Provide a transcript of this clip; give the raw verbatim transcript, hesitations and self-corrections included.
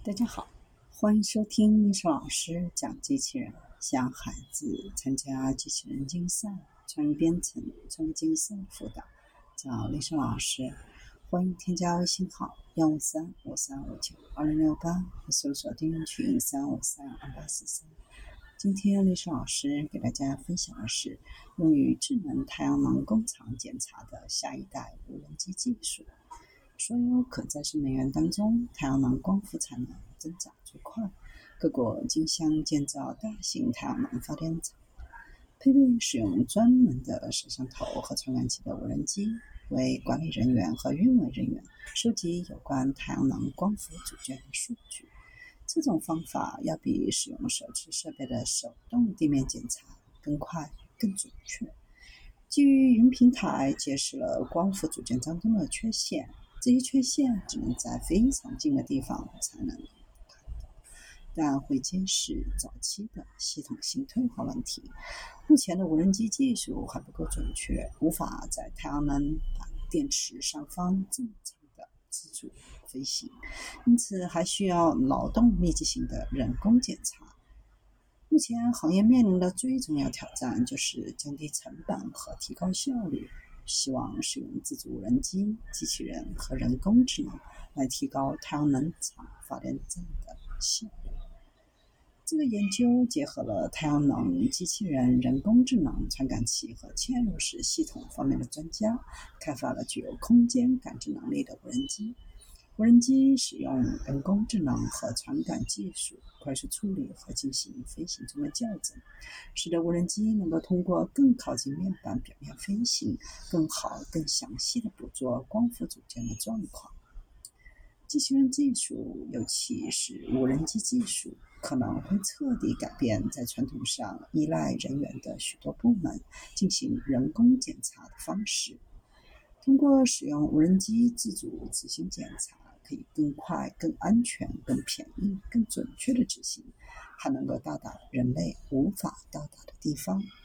大家好，欢迎收听历史老师讲机器人，向孩子参加机器人竞赛、创意编程、创意竞赛辅导，找历史老师。欢迎添加微信号幺五三五三五九二零六八，搜索订阅群三五三二八四三。今天历史老师给大家分享的是用于智能太阳能工厂检查的下一代无人机技术。所有可再生能源当中，太阳能光伏产能增长最快，各国竞相建造大型太阳能发电厂，配备使用专门的摄像头和传感器的无人机，为管理人员和运维人员收集有关太阳能光伏组件的数据。这种方法要比使用手持设备的手动地面检查更快、更准确。基于云平台揭示了光伏组件当中的缺陷，这些缺陷只能在非常近的地方才能看到，但会揭示早期的系统性退化问题。目前的无人机技术还不够准确，无法在太阳能板电池上方正常的自主飞行，因此还需要劳动密集型的人工检查。目前行业面临的最重要挑战就是降低成本和提高效率，希望使用自主无人机、机器人和人工智能来提高太阳能厂发电站的效率。这个研究结合了太阳能、机器人、人工智能、传感器和嵌入式系统方面的专家，开发了具有空间感知能力的无人机。无人机使用人工智能和传感技术快速处理和进行飞行中的校正，使得无人机能够通过更靠近面板表面飞行，更好、更详细地捕捉光伏组件的状况。机器人技术，尤其是无人机技术，可能会彻底改变在传统上依赖人员的许多部门进行人工检查的方式。通过使用无人机自主执行检查，可以更快、更安全、更便宜、更准确的执行，还能够到达人类无法到达的地方。